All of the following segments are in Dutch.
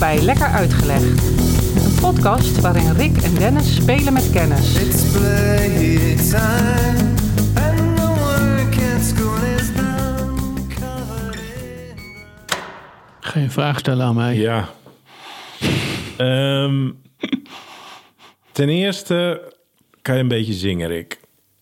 bij Lekker Uitgelegd. Een podcast waarin Rick en Dennis spelen met kennis. Geen vraag stellen aan mij. Ja. Ten eerste kan je een beetje zingen, Rick.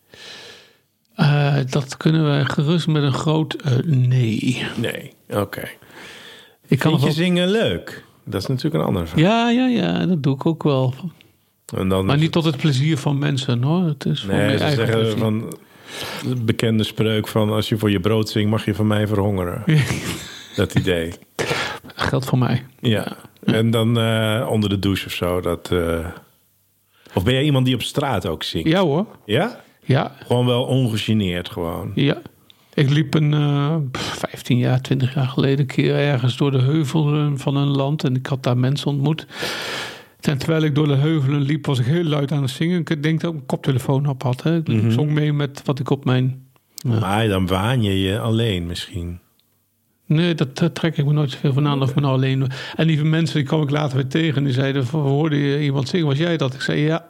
Dat kunnen wij gerust met een groot nee. Nee, oké. Ik kan Vind je zingen leuk? Dat is natuurlijk een ander vraag. Ja, dat doe ik ook wel. En dan Maar niet tot het plezier van mensen, hoor. Het is voor mijn ze eigen zeggen plezier. van de bekende spreuk van als je voor je brood zingt, mag je van mij verhongeren. Dat idee. Geldt voor mij. Ja. En dan onder de douche of zo. Of ben jij iemand die op straat ook zingt? Ja hoor. Ja? Ja. Gewoon wel ongegeneerd gewoon. Ja. Ik liep 15 jaar, 20 jaar geleden een keer ergens door de heuvelen van een land. En ik had daar mensen ontmoet. En terwijl ik door de heuvelen liep, was ik heel luid aan het zingen. Ik denk dat ik een koptelefoon op had. Hè. Ik zong mee met wat ik op mijn... Maar dan waan je alleen misschien. Nee, dat trek ik me nooit zoveel van aan of me nou alleen... En die mensen die kwam ik later weer tegen en die zeiden... we hoorden je iemand zingen, was jij dat? Ik zei ja.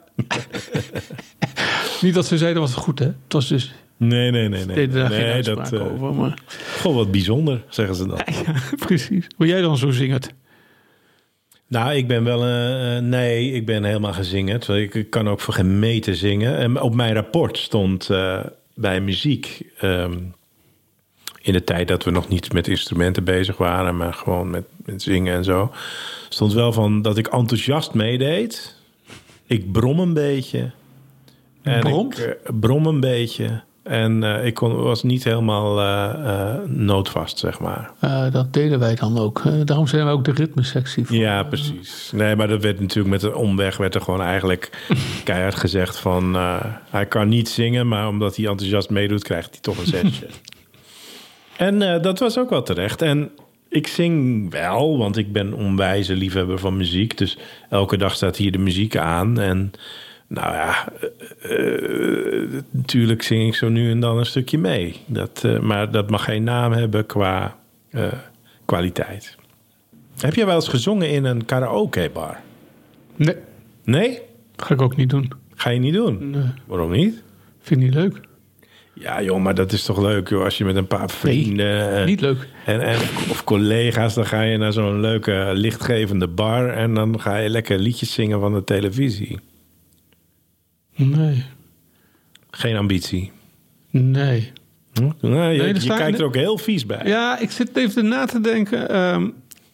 Niet dat ze zeiden, was het goed hè? Het was dus... Nee. Deden daar geen uitspraak over. Maar... Goh, wat bijzonder, zeggen ze dan. Ja, precies. Wil jij dan zo zingend? Nou, ik ben wel ik ben helemaal gezingend. Ik kan ook voor geen meter zingen. En op mijn rapport stond bij muziek... in de tijd dat we nog niet met instrumenten bezig waren... maar gewoon met zingen en zo... stond wel van dat ik enthousiast meedeed. Ik brom een beetje. Bromt? Brom een beetje. En ik was niet helemaal noodvast, zeg maar. Dat deden wij dan ook. Daarom zijn wij ook de ritmesectie. Ja, precies. Nee, maar dat werd natuurlijk met de omweg... werd er gewoon eigenlijk keihard gezegd van... hij kan niet zingen, maar omdat hij enthousiast meedoet... krijgt hij toch een zesje. En dat was ook wel terecht. En ik zing wel, want ik ben onwijze liefhebber van muziek. Dus elke dag staat hier de muziek aan. En nou ja, natuurlijk zing ik zo nu en dan een stukje mee. Maar dat mag geen naam hebben qua kwaliteit. Heb jij wel eens gezongen in een karaokebar? Nee. Nee? Dat ga ik ook niet doen. Ga je niet doen? Nee. Waarom niet? Vind ik niet leuk. Ja, joh, maar dat is toch leuk, joh. Als je met een paar vrienden... niet leuk. Of collega's, dan ga je naar zo'n leuke lichtgevende bar... en dan ga je lekker liedjes zingen van de televisie. Nee. Geen ambitie. Nee. Nee, je kijkt er ook heel vies bij. Ja, ik zit even na te denken...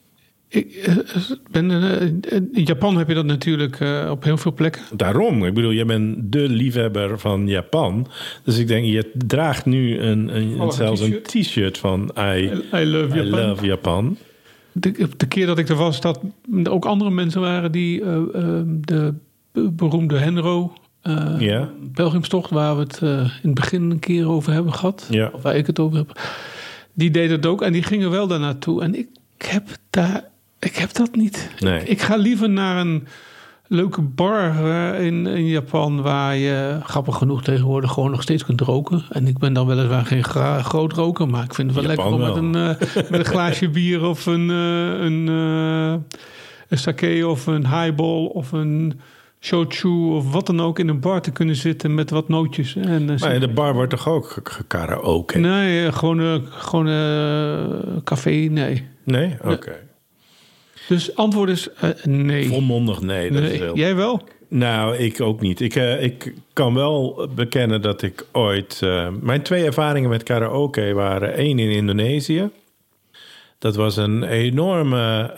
in Japan heb je dat natuurlijk op heel veel plekken. Daarom. Ik bedoel, jij bent de liefhebber van Japan. Dus ik denk, je draagt nu zelfs een t-shirt van I love Japan. De keer dat ik er was, dat er ook andere mensen waren... die de beroemde Henro... pelgrimstocht, waar we het in het begin een keer over hebben gehad. Ja. Of waar ik het over heb. Die deden het ook en die gingen wel daar naartoe. En ik heb dat niet. Nee. Ik ga liever naar een leuke bar in Japan... waar je, grappig genoeg tegenwoordig, gewoon nog steeds kunt roken. En ik ben dan weliswaar geen groot roker... maar ik vind het wel Japan lekker om met een glaasje bier... of een sake of een highball of een... shochu of wat dan ook in een bar te kunnen zitten met wat nootjes. Maar in de bar wordt toch ook karaoke? Nee, gewoon café, nee. Nee? Oké. Dus antwoord is nee. Volmondig nee. Dat is heel... Jij wel? Nou, ik ook niet. Ik kan wel bekennen dat ik ooit... mijn 2 ervaringen met karaoke waren 1 in Indonesië. Dat was een enorme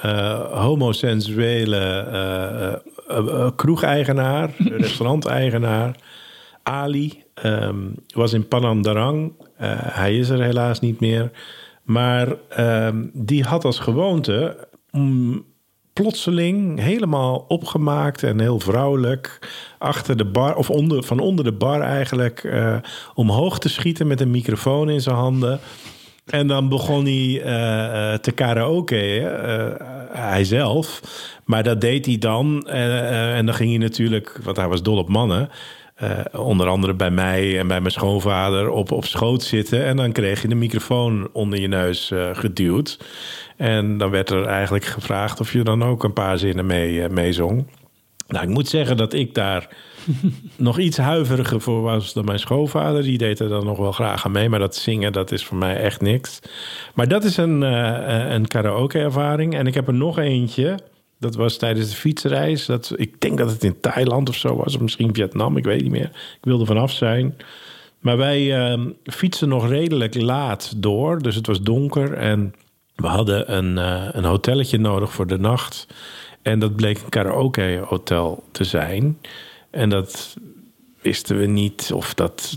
homosensuele kroegeigenaar, restauranteigenaar. Ali was in Pangandaran. Hij is er helaas niet meer. Maar die had als gewoonte plotseling helemaal opgemaakt en heel vrouwelijk achter de bar, of van onder de bar eigenlijk, omhoog te schieten met een microfoon in zijn handen. En dan begon hij te karaoke, hij zelf. Maar dat deed hij dan. En dan ging hij natuurlijk, want hij was dol op mannen, onder andere bij mij en bij mijn schoonvader op schoot zitten. En dan kreeg je de microfoon onder je neus geduwd. En dan werd er eigenlijk gevraagd of je dan ook een paar zinnen mee zong. Nou, ik moet zeggen dat ik daar nog iets huiveriger voor was dan mijn schoonvader. Die deed er dan nog wel graag aan mee. Maar dat zingen, dat is voor mij echt niks. Maar dat is een karaoke-ervaring. En ik heb er nog eentje. Dat was tijdens de fietsreis. Ik denk dat het in Thailand of zo was. Of misschien Vietnam, ik weet niet meer. Ik wilde vanaf zijn. Maar wij fietsten nog redelijk laat door. Dus het was donker. En we hadden een hotelletje nodig voor de nacht. En dat bleek een karaoke-hotel te zijn. En dat wisten we niet. Of dat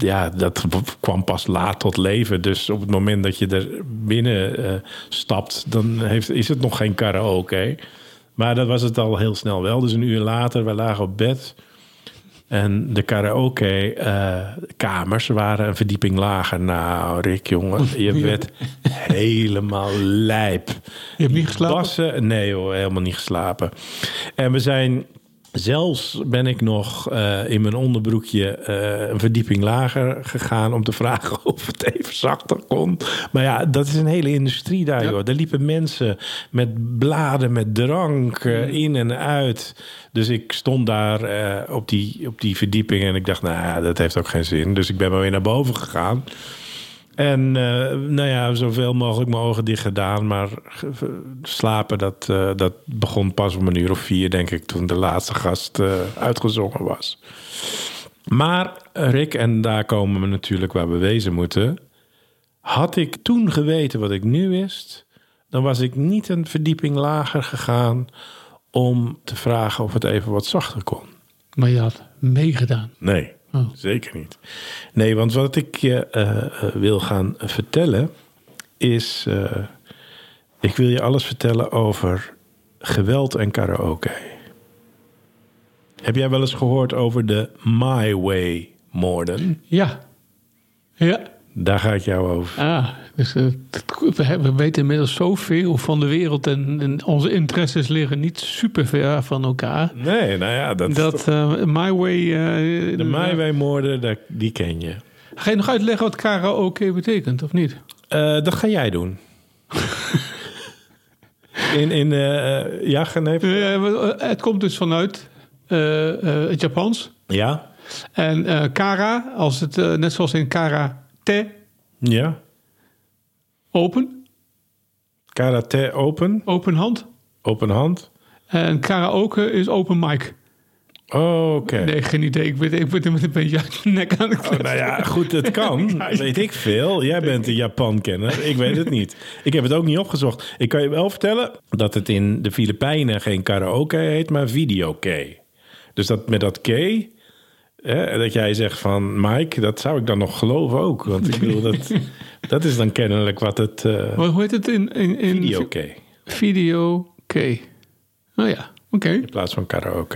kwam pas laat tot leven. Dus op het moment dat je er binnen stapt, dan is het nog geen karaoke. Maar dat was het al heel snel wel. Dus een uur later, we lagen op bed. En de karaoke-kamers waren een verdieping lager. Nou, Rick, jongen, je werd helemaal lijp. Je hebt niet geslapen? Bassen, nee hoor, helemaal niet geslapen. En zelfs ben ik nog in mijn onderbroekje een verdieping lager gegaan om te vragen of het even zachter kon. Maar ja, dat is een hele industrie daar, joh. Er liepen mensen met bladen, met drank in en uit. Dus ik stond daar op die verdieping en ik dacht, nou ja, dat heeft ook geen zin. Dus ik ben maar weer naar boven gegaan. En zoveel mogelijk mijn ogen dicht gedaan. Maar slapen, dat begon pas om 4:00, denk ik, toen de laatste gast uitgezongen was. Maar Rick, en daar komen we natuurlijk waar we wezen moeten. Had ik toen geweten wat ik nu wist, dan was ik niet een verdieping lager gegaan om te vragen of het even wat zachter kon. Maar je had meegedaan. Nee. Oh. Zeker niet. Nee, want wat ik je wil gaan vertellen is... ik wil je alles vertellen over geweld en karaoke. Heb jij wel eens gehoord over de My Way-moorden? Ja. Daar ga ik jou over. Dus we weten inmiddels zoveel van de wereld en onze interesses liggen niet super ver van elkaar. Nee, nou ja, My Way... de My Way-moorden, die ken je. Ga je nog uitleggen wat karaoke betekent, of niet? Dat ga jij doen. Het komt dus vanuit het Japans. Ja. En kara, als het net zoals in karate. Ja. Open. Karate open. Open hand. Open hand. En karaoke is open mic. Oh, oké. Nee, geen idee. Ik ben met een beetje uit je nek aan het kletsen. Nou ja, goed, het kan. Weet ik veel. Jij bent een Japan-kenner. Ik weet het niet. Ik heb het ook niet opgezocht. Ik kan je wel vertellen dat het in de Filipijnen geen karaoke heet, maar videoke. Dus dat met dat ke... dat jij zegt van Mike, dat zou ik dan nog geloven ook. Want ik bedoel, dat is dan kennelijk wat het... Hoe heet het in videoke. Videoke. Oh ja, oké. In plaats van karaoke.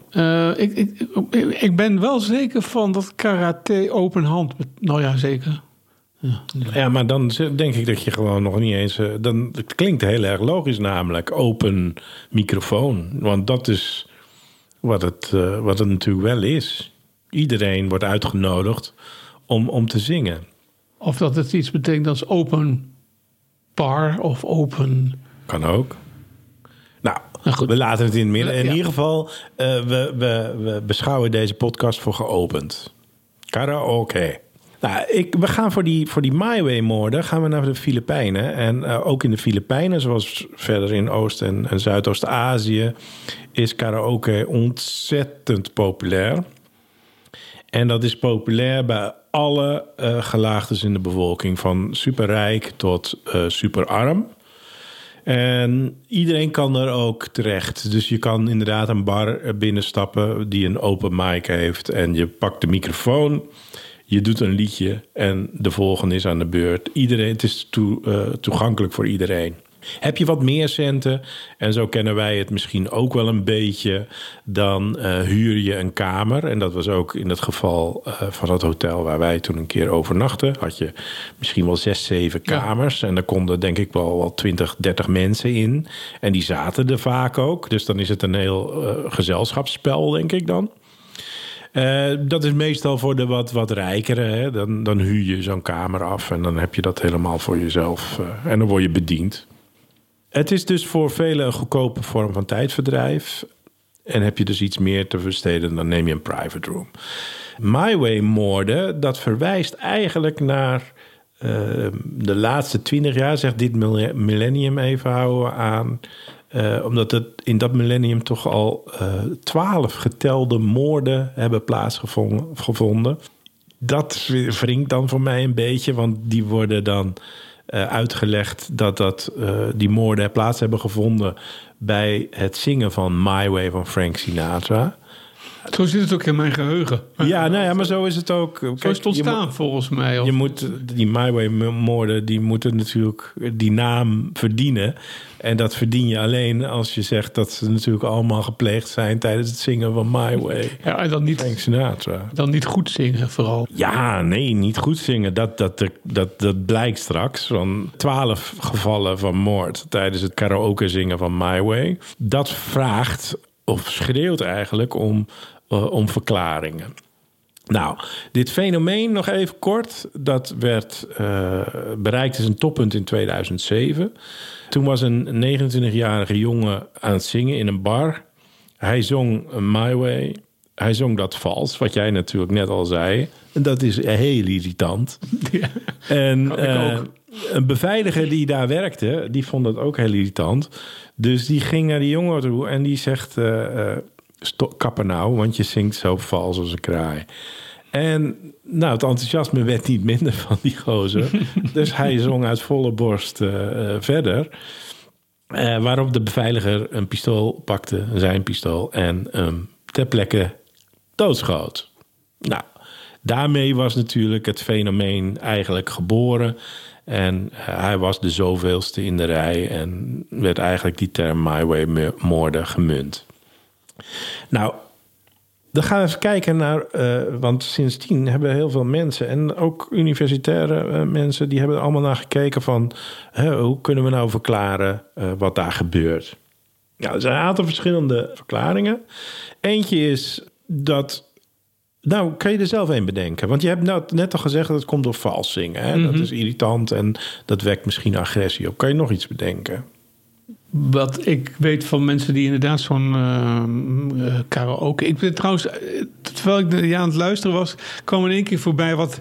Ik ben wel zeker van dat karate open hand... Nou ja, zeker. Ja, maar dan denk ik dat je gewoon nog niet eens... Het klinkt heel erg logisch namelijk. Open microfoon. Want dat is wat het natuurlijk wel is. Iedereen wordt uitgenodigd om te zingen. Of dat het iets betekent als open bar of open... Kan ook. Nou, goed. We laten het in het midden. In ieder geval, we beschouwen deze podcast voor geopend. Karaoke. Nou, we gaan voor die My Way-moorden gaan we naar de Filipijnen. En ook in de Filipijnen, zoals verder in Oost- en Zuidoost-Azië... is karaoke ontzettend populair. En dat is populair bij alle gelaagdes in de bevolking. Van superrijk tot superarm. En iedereen kan er ook terecht. Dus je kan inderdaad een bar binnenstappen die een open mic heeft. En je pakt de microfoon, je doet een liedje en de volgende is aan de beurt. Het is toegankelijk voor iedereen. Heb je wat meer centen, en zo kennen wij het misschien ook wel een beetje... dan huur je een kamer. En dat was ook in het geval van het hotel waar wij toen een keer overnachten. Had je misschien wel 6, 7 kamers. Ja. En daar konden denk ik wel 20, 30 mensen in. En die zaten er vaak ook. Dus dan is het een heel gezelschapsspel, denk ik dan. Dat is meestal voor de wat rijkere. Hè? Dan huur je zo'n kamer af en dan heb je dat helemaal voor jezelf. En dan word je bediend. Het is dus voor velen een goedkope vorm van tijdverdrijf. En heb je dus iets meer te besteden, dan neem je een private room. My Way-moorden, dat verwijst eigenlijk naar de laatste 20 jaar, zegt dit millennium even houden aan. Omdat het in dat millennium toch al 12 getelde moorden hebben plaatsgevonden. Dat wringt dan voor mij een beetje, want die worden dan uitgelegd dat die moorden plaats hebben gevonden bij het zingen van My Way van Frank Sinatra. Zo zit het ook in mijn geheugen. Ja, nou ja, maar zo is het ook. Zo is het ontstaan volgens mij. Je moet die My Way-moorden, die moeten natuurlijk die naam verdienen. En dat verdien je alleen als je zegt dat ze natuurlijk allemaal gepleegd zijn tijdens het zingen van My Way. Ja, en dan niet, Frank Sinatra. Dan niet goed zingen vooral. Ja, nee, niet goed zingen. Dat blijkt straks van 12 gevallen van moord tijdens het karaoke zingen van My Way. Dat vraagt, of schreeuwt eigenlijk, om verklaringen. Nou, dit fenomeen nog even kort. Dat bereikte zijn toppunt in 2007. Toen was een 29-jarige jongen aan het zingen in een bar. Hij zong My Way. Hij zong dat vals, wat jij natuurlijk net al zei. En dat is heel irritant. Ja, en ook. Een beveiliger die daar werkte, die vond dat ook heel irritant. Dus die ging naar die jongen toe en die zegt... kappen nou, want je zingt zo vals als een kraai. En nou, het enthousiasme werd niet minder van die gozer. Dus hij zong uit volle borst verder. Waarop de beveiliger een pistool pakte, zijn pistool, en ter plekke doodschoot. Nou, daarmee was natuurlijk het fenomeen eigenlijk geboren. En hij was de zoveelste in de rij en werd eigenlijk die term My Way-moorden gemunt. Nou, dan gaan we even kijken naar... want sindsdien hebben heel veel mensen... en ook universitaire mensen... die hebben er allemaal naar gekeken van... hoe kunnen we nou verklaren wat daar gebeurt? Ja, er zijn een aantal verschillende verklaringen. Eentje is dat... Nou, kan je er zelf een bedenken? Want je hebt nou net al gezegd dat het komt door vals zingen. Hè? Mm-hmm. Dat is irritant en dat wekt misschien agressie op. Kan je nog iets bedenken? Wat ik weet van mensen die inderdaad zo'n karaoke... Ik ben trouwens, terwijl ik aan het luisteren was... kwam in één keer voorbij wat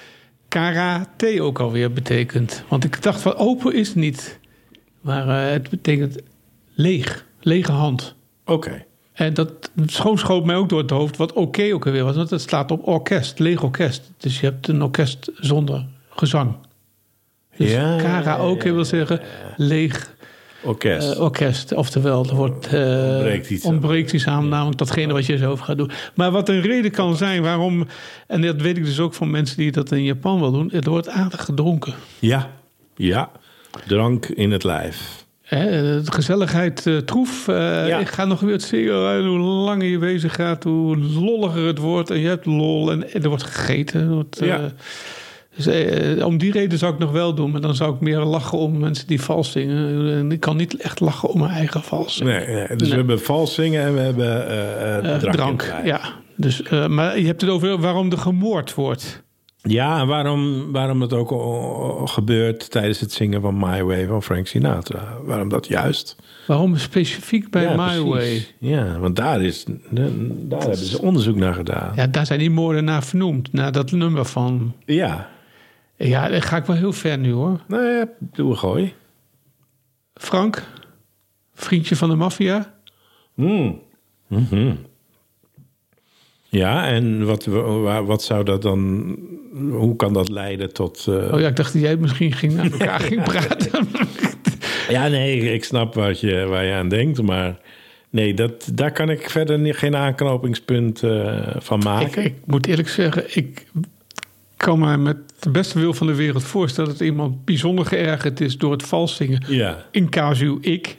karate ook alweer betekent. Want ik dacht van open is het niet. Maar het betekent leeg. Lege hand. Oké. En dat schoot mij ook door het hoofd wat oké ook alweer was. Want het slaat op orkest, leeg orkest. Dus je hebt een orkest zonder gezang. Dus karaoke wil zeggen leeg... orkest. Oftewel, er ontbreekt iets aan, namelijk datgene wat je zelf gaat doen. Maar wat een reden kan zijn waarom... en dat weet ik dus ook van mensen die dat in Japan wel doen... er wordt aardig gedronken. Ja. Drank in het lijf. De gezelligheid troef. Ik ga nog weer het zingen. Hoe langer je bezig gaat, hoe lolliger het wordt. En je hebt lol en er wordt gegeten. Dus om die reden zou ik nog wel doen. Maar dan zou ik meer lachen om mensen die vals zingen. En ik kan niet echt lachen om mijn eigen vals zingen. Nee. Dus we hebben vals zingen en we hebben drank. Ja. Dus, maar je hebt het over waarom er gemoord wordt. Ja, en waarom het ook gebeurt tijdens het zingen van My Way van Frank Sinatra. Waarom dat juist? Waarom specifiek bij My Way? Ja, want daar hebben ze onderzoek naar gedaan. Ja, daar zijn die moorden naar vernoemd. Naar dat nummer van... Ja. Ja, dan ga ik wel heel ver nu, hoor. Nou ja, doe een gooi. Frank? Vriendje van de maffia? Ja, en wat zou dat dan... Hoe kan dat leiden tot... Oh ja, ik dacht dat jij misschien naar elkaar ging praten. Ja, nee, ik snap waar je aan denkt, maar... Nee, daar kan ik verder geen aanknopingspunt van maken. Ik moet eerlijk zeggen, ik kan me met de beste wil van de wereld voorstellen... dat iemand bijzonder geërgerd is door het vals zingen. Ja. In casu ik.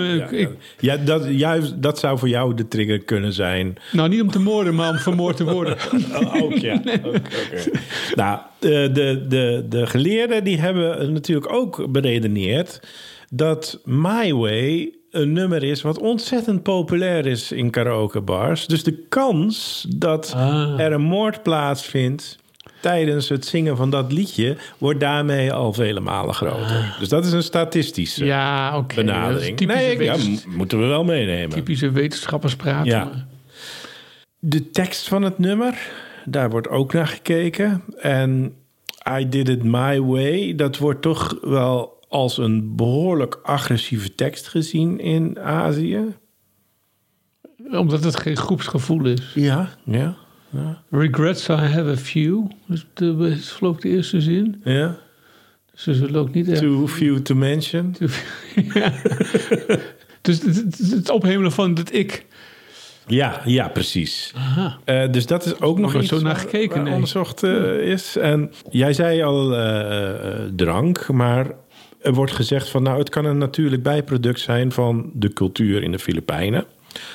Dat zou voor jou de trigger kunnen zijn. Nou, niet om te moorden, maar om vermoord te worden. Ook, ja. Okay. Nou, de geleerden die hebben natuurlijk ook beredeneerd... dat My Way een nummer is wat ontzettend populair is in karaokebars. Dus de kans dat er een moord plaatsvindt tijdens het zingen van dat liedje wordt daarmee al vele malen groter. Dus dat is een statistische benadering. Moeten we wel meenemen. Typische wetenschappers praten. Ja. De tekst van het nummer, daar wordt ook naar gekeken. En I Did It My Way, dat wordt toch wel als een behoorlijk agressieve tekst gezien in Azië. Omdat het geen groepsgevoel is. Ja. Regrets I have a few. Dus geloof ik de eerste zin. Ja. Dus ze zullen ook niet echt... Too few to mention. Ja. Dus het ophemelen van het ik. Ja, precies. Dus dat is ook nog iets zo naar gekeken, waar onderzocht is. En jij zei al drank, maar er wordt gezegd van... het kan een natuurlijk bijproduct zijn van de cultuur in de Filipijnen.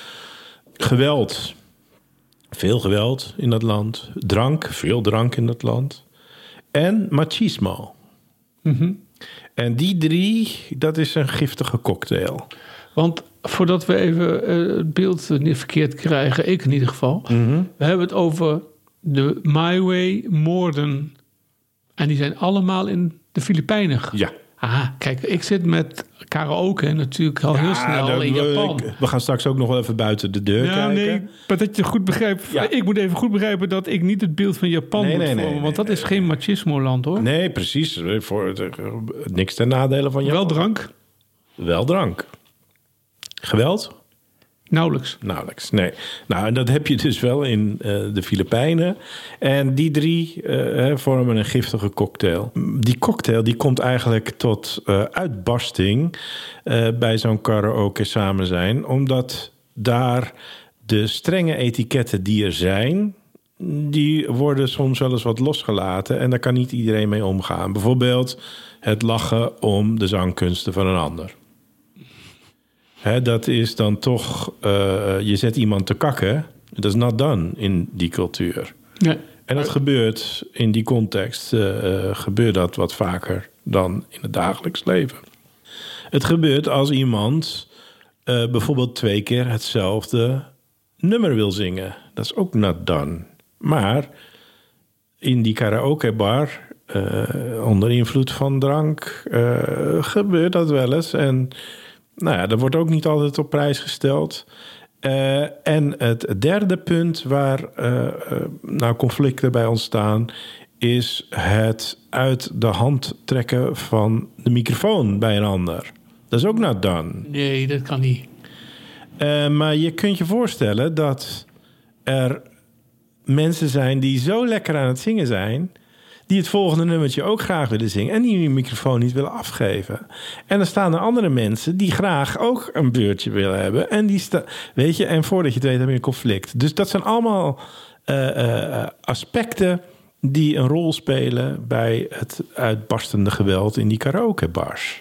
Geweld. Veel geweld in dat land. Drank. Veel drank in dat land. En machismo. Mm-hmm. En die 3, dat is een giftige cocktail. Want voordat we even het beeld niet verkeerd krijgen, ik in ieder geval. Mm-hmm. We hebben het over de My Way moorden. En die zijn allemaal in de Filipijnen. Ja. Kijk, ik zit met karaoke natuurlijk al heel snel in Japan. We gaan straks ook nog wel even buiten de deur kijken. Nee, maar dat je goed begrijpt. Ja. Ik moet even goed begrijpen dat ik niet het beeld van Japan moet vormen. Want dat is geen machismo-land, hoor. Nee, precies. Niks ten nadele van Japan. Wel drank. Geweld? Nauwelijks. Nee. En dat heb je dus wel in de Filipijnen. En die 3 vormen een giftige cocktail. Die cocktail die komt eigenlijk tot uitbarsting bij zo'n karaoke samen zijn. Omdat daar de strenge etiketten die er zijn, die worden soms wel eens wat losgelaten. En daar kan niet iedereen mee omgaan. Bijvoorbeeld het lachen om de zangkunsten van een ander. Dat is dan toch... je zet iemand te kakken. Dat is not done in die cultuur. Nee. En dat gebeurt in die context... gebeurt dat wat vaker dan in het dagelijks leven. Het gebeurt als iemand... bijvoorbeeld 2 keer hetzelfde nummer wil zingen. Dat is ook not done. Maar in die karaokebar... onder invloed van drank... gebeurt dat wel eens. En... dat wordt ook niet altijd op prijs gesteld. En het derde punt waar conflicten bij ontstaan... is het uit de hand trekken van de microfoon bij een ander. Dat is ook not done. Nee, dat kan niet. Maar je kunt je voorstellen dat er mensen zijn... die zo lekker aan het zingen zijn... die het volgende nummertje ook graag willen zingen... en die microfoon niet willen afgeven. En dan staan er andere mensen die graag ook een beurtje willen hebben. En die weet je, en voordat je het weet heb je een conflict. Dus dat zijn allemaal aspecten die een rol spelen... bij het uitbarstende geweld in die karaokebars.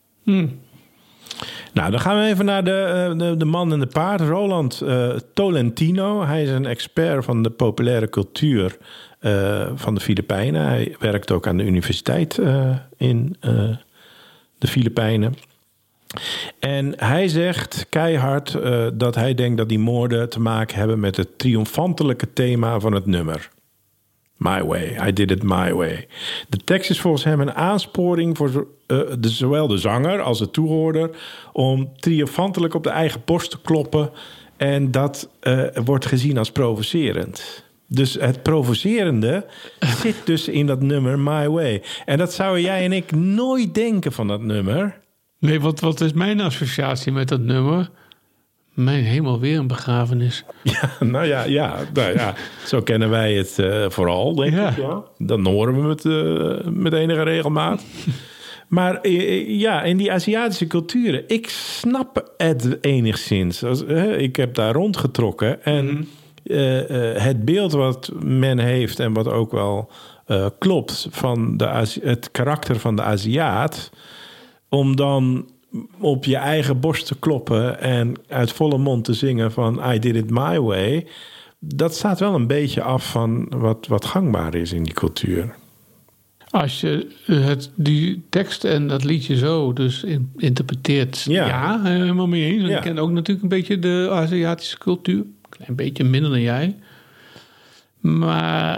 Dan gaan we even naar de man en de paard. Roland Tolentino. Hij is een expert van de populaire cultuur... van de Filipijnen. Hij werkt ook aan de universiteit in de Filipijnen. En hij zegt keihard dat hij denkt dat die moorden te maken hebben... met het triomfantelijke thema van het nummer. My way, I did it my way. De tekst is volgens hem een aansporing voor zowel de zanger als de toehoorder... om triomfantelijk op de eigen borst te kloppen. En dat wordt gezien als provocerend. Dus het provocerende zit dus in dat nummer My Way. En dat zouden jij en ik nooit denken van dat nummer. Nee, wat is mijn associatie met dat nummer? Mijn hemel, weer een begrafenis. Ja, zo kennen wij het vooral, denk ik. Ja. Dan horen we het met enige regelmaat. Maar in die Aziatische culturen, ik snap het enigszins. Ik heb daar rondgetrokken en... het beeld wat men heeft en wat ook wel klopt... van het karakter van de Aziat... om dan op je eigen borst te kloppen... en uit volle mond te zingen van I did it my way... dat staat wel een beetje af van wat gangbaar is in die cultuur. Als je die tekst en dat liedje zo dus interpreteert, ja, helemaal mee eens. En ik ken ook natuurlijk een beetje de Aziatische cultuur. Een klein beetje minder dan jij. Maar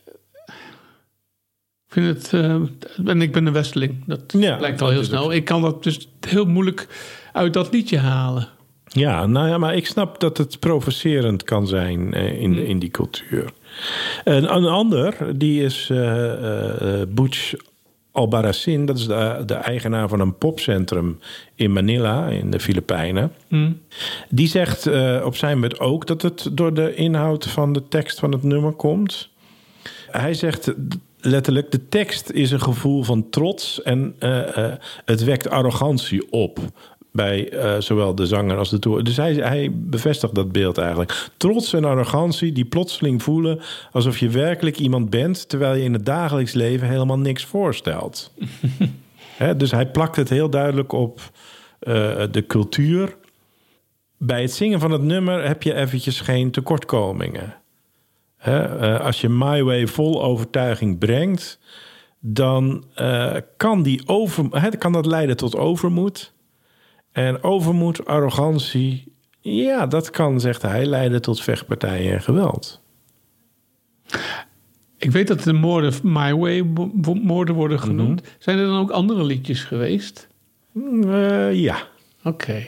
ik vind het... en ik ben een Westeling. Dat blijkt al heel snel. Ik kan dat dus heel moeilijk uit dat liedje halen. Ja, nou ja, maar ik snap dat het provocerend kan zijn in die cultuur. Een ander, die is Butch Albarracin. Dat is de eigenaar van een popcentrum in Manila, in de Filipijnen. Die zegt op zijn beurt ook dat het door de inhoud van de tekst van het nummer komt. Hij zegt letterlijk, de tekst is een gevoel van trots en het wekt arrogantie op. Bij zowel de zanger als de toer. Dus hij bevestigt dat beeld eigenlijk. Trots en arrogantie die plotseling voelen alsof je werkelijk iemand bent, terwijl je in het dagelijks leven helemaal niks voorstelt. Dus hij plakt het heel duidelijk op de cultuur. Bij het zingen van het nummer heb je eventjes geen tekortkomingen. Als je My Way vol overtuiging brengt, dan kan dat leiden tot overmoed. En overmoed, arrogantie, ja, dat kan, zegt hij, leiden tot vechtpartijen en geweld. Ik weet dat de moorden My Way moorden worden genoemd. Zijn er dan ook andere liedjes geweest? Ja. Oké.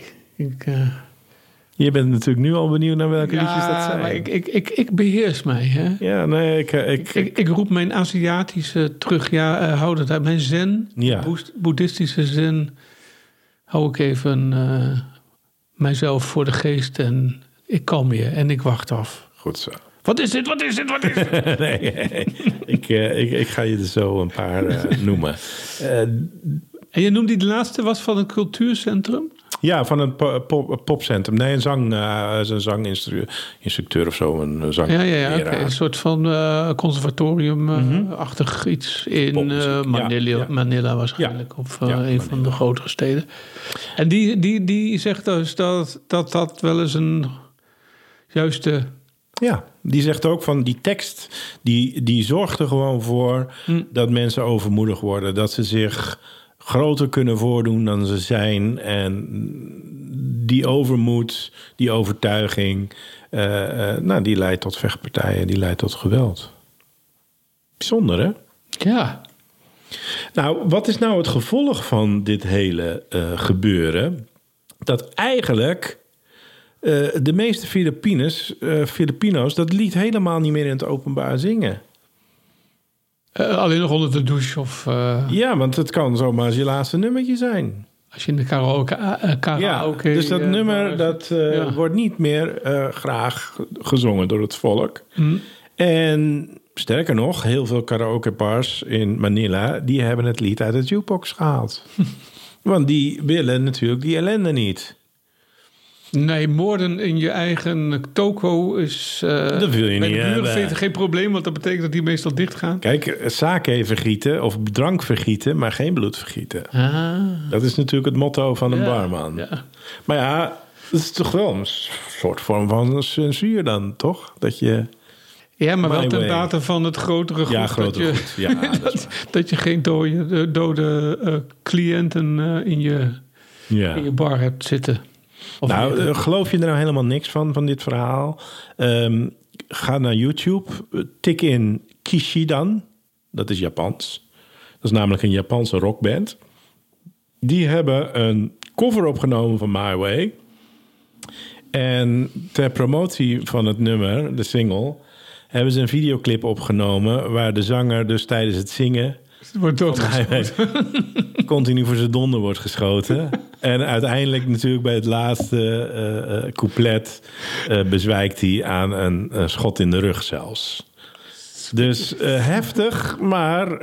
Je bent natuurlijk nu al benieuwd naar welke liedjes dat zijn. Maar ik beheers mij. Hè? Ja, nee, ik roep mijn Aziatische terug. Ja, hou dat uit. Mijn zen, boeddhistische zen, hou ik even mijzelf voor de geest en ik kalmeer en ik wacht af. Goed zo. Wat is dit? Nee, ik ga je er zo een paar noemen. En je noemde die laatste was van een cultuurcentrum? Ja, van een popcentrum. Nee, een zanginstructeur of zo. Een zang. Ja, okay. Een soort van conservatorium-achtig iets in Manila waarschijnlijk. Ja. Of een van de grotere steden. En die zegt dus dat wel eens een juiste... Ja, die zegt ook van die tekst, die zorgt er gewoon voor dat mensen overmoedig worden. Dat ze zich groter kunnen voordoen dan ze zijn. En die overmoed, die overtuiging, die leidt tot vechtpartijen, die leidt tot geweld. Bijzonder, hè? Ja. Nou, wat is nou het gevolg van dit hele gebeuren? Dat eigenlijk de meeste Filipino's dat lied helemaal niet meer in het openbaar zingen. Alleen nog onder de douche of... Ja, want het kan zomaar als je laatste nummertje zijn. Als je in de karaoke dus dat nummer wordt niet meer graag gezongen door het volk. En sterker nog, heel veel karaokebars in Manila, die hebben het lied uit het jukebox gehaald. Want die willen natuurlijk die ellende niet. Nee, moorden in je eigen toko is... dat wil je niet hebben. Vind je geen probleem, want dat betekent dat die meestal dicht gaan. Kijk, sake vergieten of drank vergieten, maar geen bloed vergieten. Dat is natuurlijk het motto van een barman. Ja. Maar ja, dat is toch wel een soort vorm van censuur dan, toch? Dat je... Ja, maar wel ten bate van het grotere goed. Ja, grotere goed. Ja, dat je geen dode cliënten in je bar hebt zitten. Geloof je er nou helemaal niks van dit verhaal? Ga naar YouTube, tik in Kishidan. Dat is Japans. Dat is namelijk een Japanse rockband. Die hebben een cover opgenomen van My Way. En ter promotie van het nummer, de single, hebben ze een videoclip opgenomen waar de zanger dus tijdens het zingen wordt doodgeschoten. Continu voor zijn donder wordt geschoten. En uiteindelijk natuurlijk bij het laatste couplet bezwijkt hij aan een schot in de rug zelfs. Dus heftig, maar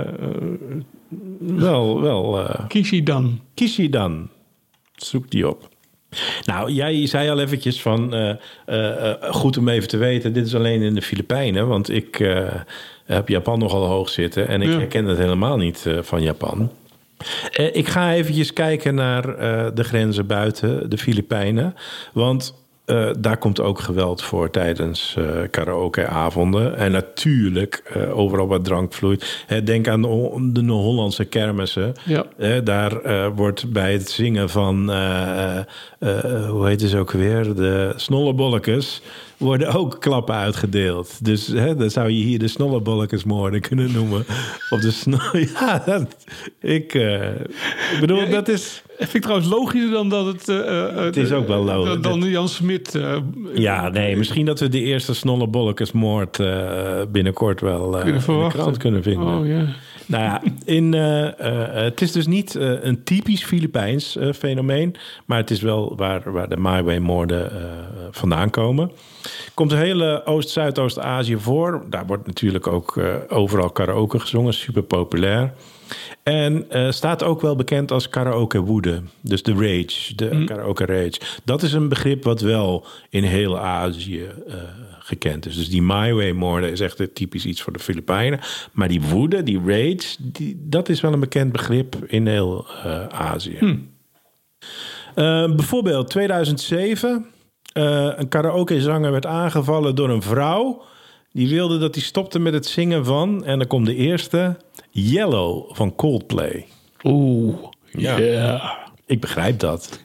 wel Kishidan. Zoek die op. Nou, jij zei al eventjes van... goed om even te weten, dit is alleen in de Filipijnen. Want ik heb Japan nogal hoog zitten. En ik herken het helemaal niet van Japan. Ik ga eventjes kijken naar de grenzen buiten de Filipijnen. Want daar komt ook geweld voor tijdens karaokeavonden. En natuurlijk overal waar drank vloeit. Denk aan de Hollandse kermissen. Ja. Daar wordt bij het zingen van... hoe heet het ook weer? De snollebolletjes... worden ook klappen uitgedeeld. Dus dan zou je hier de snollebolletjesmoorden kunnen noemen. Of de ja, ik bedoel, dat is... Vind ik trouwens logischer dan dat het... het is ook wel logisch. Dan Jan Smit. Ja, nee, misschien dat we de eerste snollebolletjesmoord binnenkort wel in de krant kunnen vinden. Oh, ja. Nou ja, het is dus niet een typisch Filipijns fenomeen... maar het is wel waar de My Way-moorden vandaan komen. Komt de hele Zuidoost-Azië voor. Daar wordt natuurlijk ook overal karaoke gezongen, super populair. En staat ook wel bekend als karaoke-woede. Dus de rage, de karaoke-rage. Dat is een begrip wat wel in heel Azië gekend is. Dus die My Way-moorden is echt typisch iets voor de Filipijnen. Maar die woede, die rage, dat is wel een bekend begrip in heel Azië. Bijvoorbeeld 2007... een karaokezanger werd aangevallen door een vrouw. Die wilde dat hij stopte met het zingen van... en dan komt de eerste... Yellow van Coldplay. Oeh, ja. Yeah. Ik begrijp dat.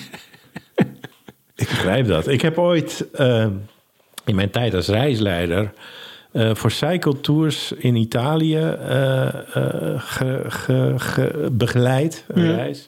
Ik begrijp dat. Ik heb ooit in mijn tijd als reisleider... voor cycletours in Italië begeleid. Een reis.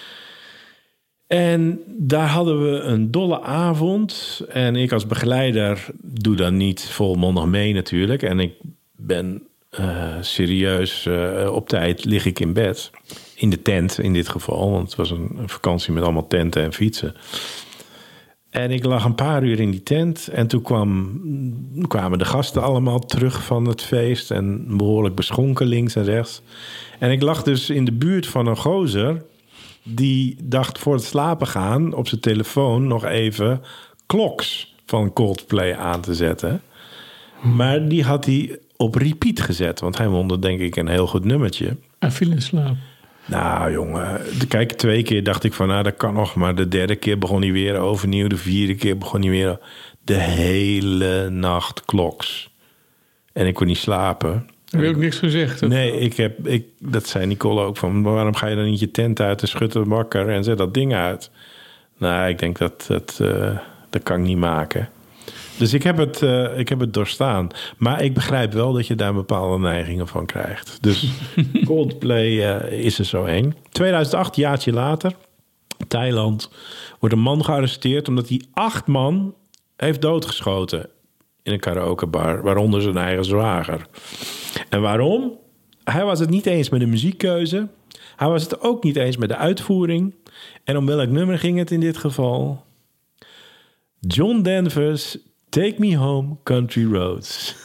En daar hadden we een dolle avond. En ik als begeleider doe dan niet volmondig mee natuurlijk. En ik ben serieus op tijd lig ik in bed. In de tent in dit geval. Want het was een vakantie met allemaal tenten en fietsen. En ik lag een paar uur in die tent. En toen kwamen de gasten allemaal terug van het feest. En behoorlijk beschonken links en rechts. En ik lag dus in de buurt van een gozer... die dacht voor het slapen gaan op zijn telefoon nog even Clocks van Coldplay aan te zetten. Maar die had hij op repeat gezet, want hij vond het denk ik een heel goed nummertje. Hij viel in slaap. Nou jongen, kijk, 2 keer dacht ik van nou dat kan nog, maar de 3e keer begon hij weer overnieuw, de 4e keer begon hij weer de hele nacht Clocks. En ik kon niet slapen. Heb je ook niks gezegd? Of? Nee, dat zei Nicole ook van... waarom ga je dan niet je tent uit en schud het wakker... en zet dat ding uit? Nou, ik denk dat kan ik niet maken. Dus ik heb het doorstaan. Maar ik begrijp wel dat je daar bepaalde neigingen van krijgt. Dus Coldplay is er zo één. 2008, jaartje later... Thailand wordt een man gearresteerd... omdat hij 8 man heeft doodgeschoten... in een karaokebar, waaronder zijn eigen zwager. En waarom? Hij was het niet eens met de muziekkeuze. Hij was het ook niet eens met de uitvoering. En om welk nummer ging het in dit geval? John Denver's Take Me Home Country Roads.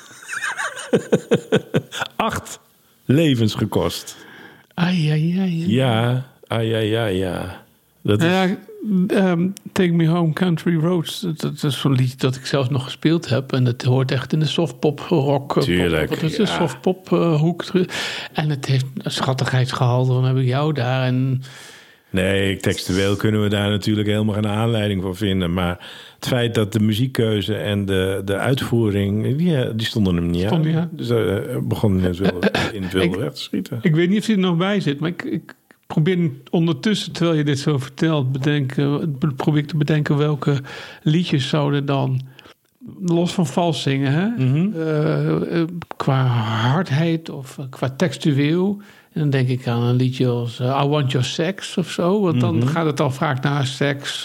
8 levens gekost. Ai. Ja, ja. Dat is... Take Me Home Country Roads. Dat is zo'n liedje dat ik zelf nog gespeeld heb. En dat hoort echt in de softpop rock. Tuurlijk. Het is de softpop hoek. En het heeft een schattigheidsgehalte. Dan heb ik jou daar. En... Nee, textueel kunnen we daar natuurlijk helemaal geen aanleiding voor vinden. Maar het feit dat de muziekkeuze en de uitvoering... die stonden hem niet aan. Ja. Dus begon net wel in het wilde weg te schieten. Ik weet niet of hij er nog bij zit. Maar ik probeer ondertussen, terwijl je dit zo vertelt... probeer ik te bedenken welke liedjes zouden dan... los van vals zingen, hè? Qua hardheid of qua textueel... En dan denk ik aan een liedje als I Want Your Sex of zo. Want dan gaat het al vaak naar seks.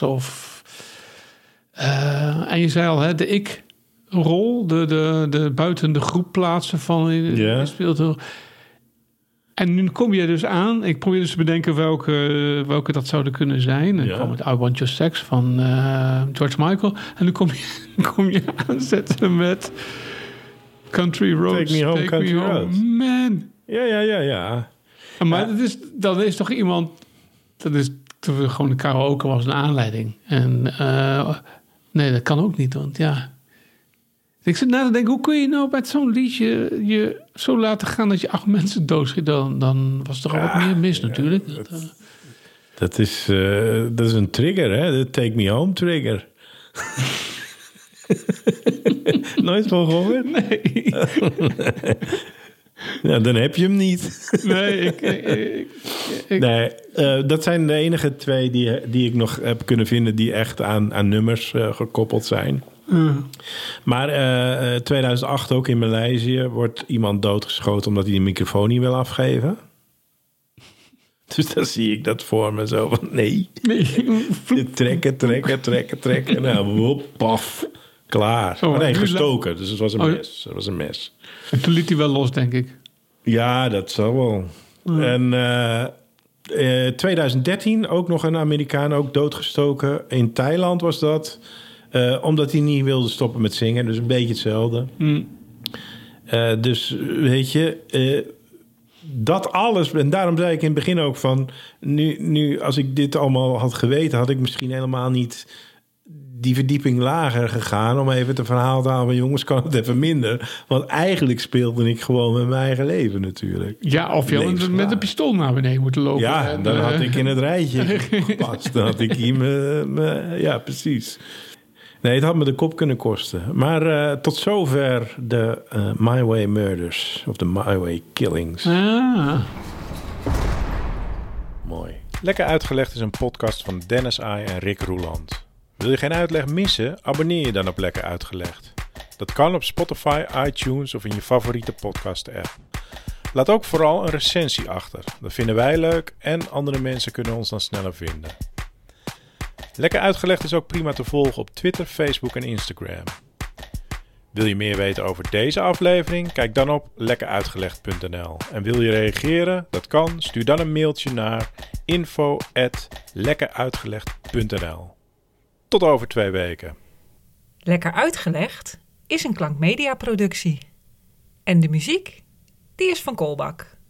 En je zei al, hè, de ik-rol. De buiten de groep plaatsen van... Je speelt. En nu kom je dus aan. Ik probeer dus te bedenken welke dat zouden kunnen zijn. En dan kwam het I Want Your Sex van George Michael. En dan kom je aanzetten met Country Roads. Take Me Home, Country Roads. Man. Ja. Maar dat is toch iemand... Dat is gewoon een karaoke was een aanleiding. En nee, dat kan ook niet. Want ja... Ik zit na te denken, hoe kun je nou met zo'n liedje... je zo laten gaan dat je 8 mensen doodschiet? Dan was er al wat meer mis natuurlijk. Dat is een trigger, hè? De Take Me Home trigger. Nooit van gehoord? Nee. Ja, dan heb je hem niet. Nee, Nee, dat zijn de enige twee die ik nog heb kunnen vinden... die echt aan nummers gekoppeld zijn. Maar 2008 ook in Maleisië... wordt iemand doodgeschoten omdat hij de microfoon niet wil afgeven. Dus dan zie ik dat voor me zo van... nee, trekken. Nou, wop, paf, klaar. Oh, nee, gestoken, dus het was een mes. Het was een mes. En toen liet hij wel los, denk ik. Ja, dat zal wel. En 2013 ook nog een Amerikaan ook doodgestoken. In Thailand was dat. Omdat hij niet wilde stoppen met zingen. Dus een beetje hetzelfde. Dus weet je... dat alles... En daarom zei ik in het begin ook van... Nu, als ik dit allemaal had geweten... had ik misschien helemaal niet... die verdieping lager gegaan... om even het verhaal te halen van... jongens, kan het even minder? Want eigenlijk speelde ik gewoon met mijn eigen leven natuurlijk. Ja, of je met een pistool naar beneden moeten lopen. Ja, en, dan had ik in het rijtje gepast. Dan had ik hier ja, precies. Nee, het had me de kop kunnen kosten. Maar tot zover de My Way Murders. Of de My Way Killings. Mooi. Lekker Uitgelegd is een podcast van Dennis Ai en Rick Roeland. Wil je geen uitleg missen? Abonneer je dan op Lekker Uitgelegd. Dat kan op Spotify, iTunes of in je favoriete podcast-app. Laat ook vooral een recensie achter. Dat vinden wij leuk en andere mensen kunnen ons dan sneller vinden. Lekker Uitgelegd is ook prima te volgen op Twitter, Facebook en Instagram. Wil je meer weten over deze aflevering? Kijk dan op lekkeruitgelegd.nl. En wil je reageren? Dat kan. Stuur dan een mailtje naar info@lekkeruitgelegd.nl. Tot over 2 weken. Lekker Uitgelegd is een klankmedia productie. En de muziek, die is van Kolbak.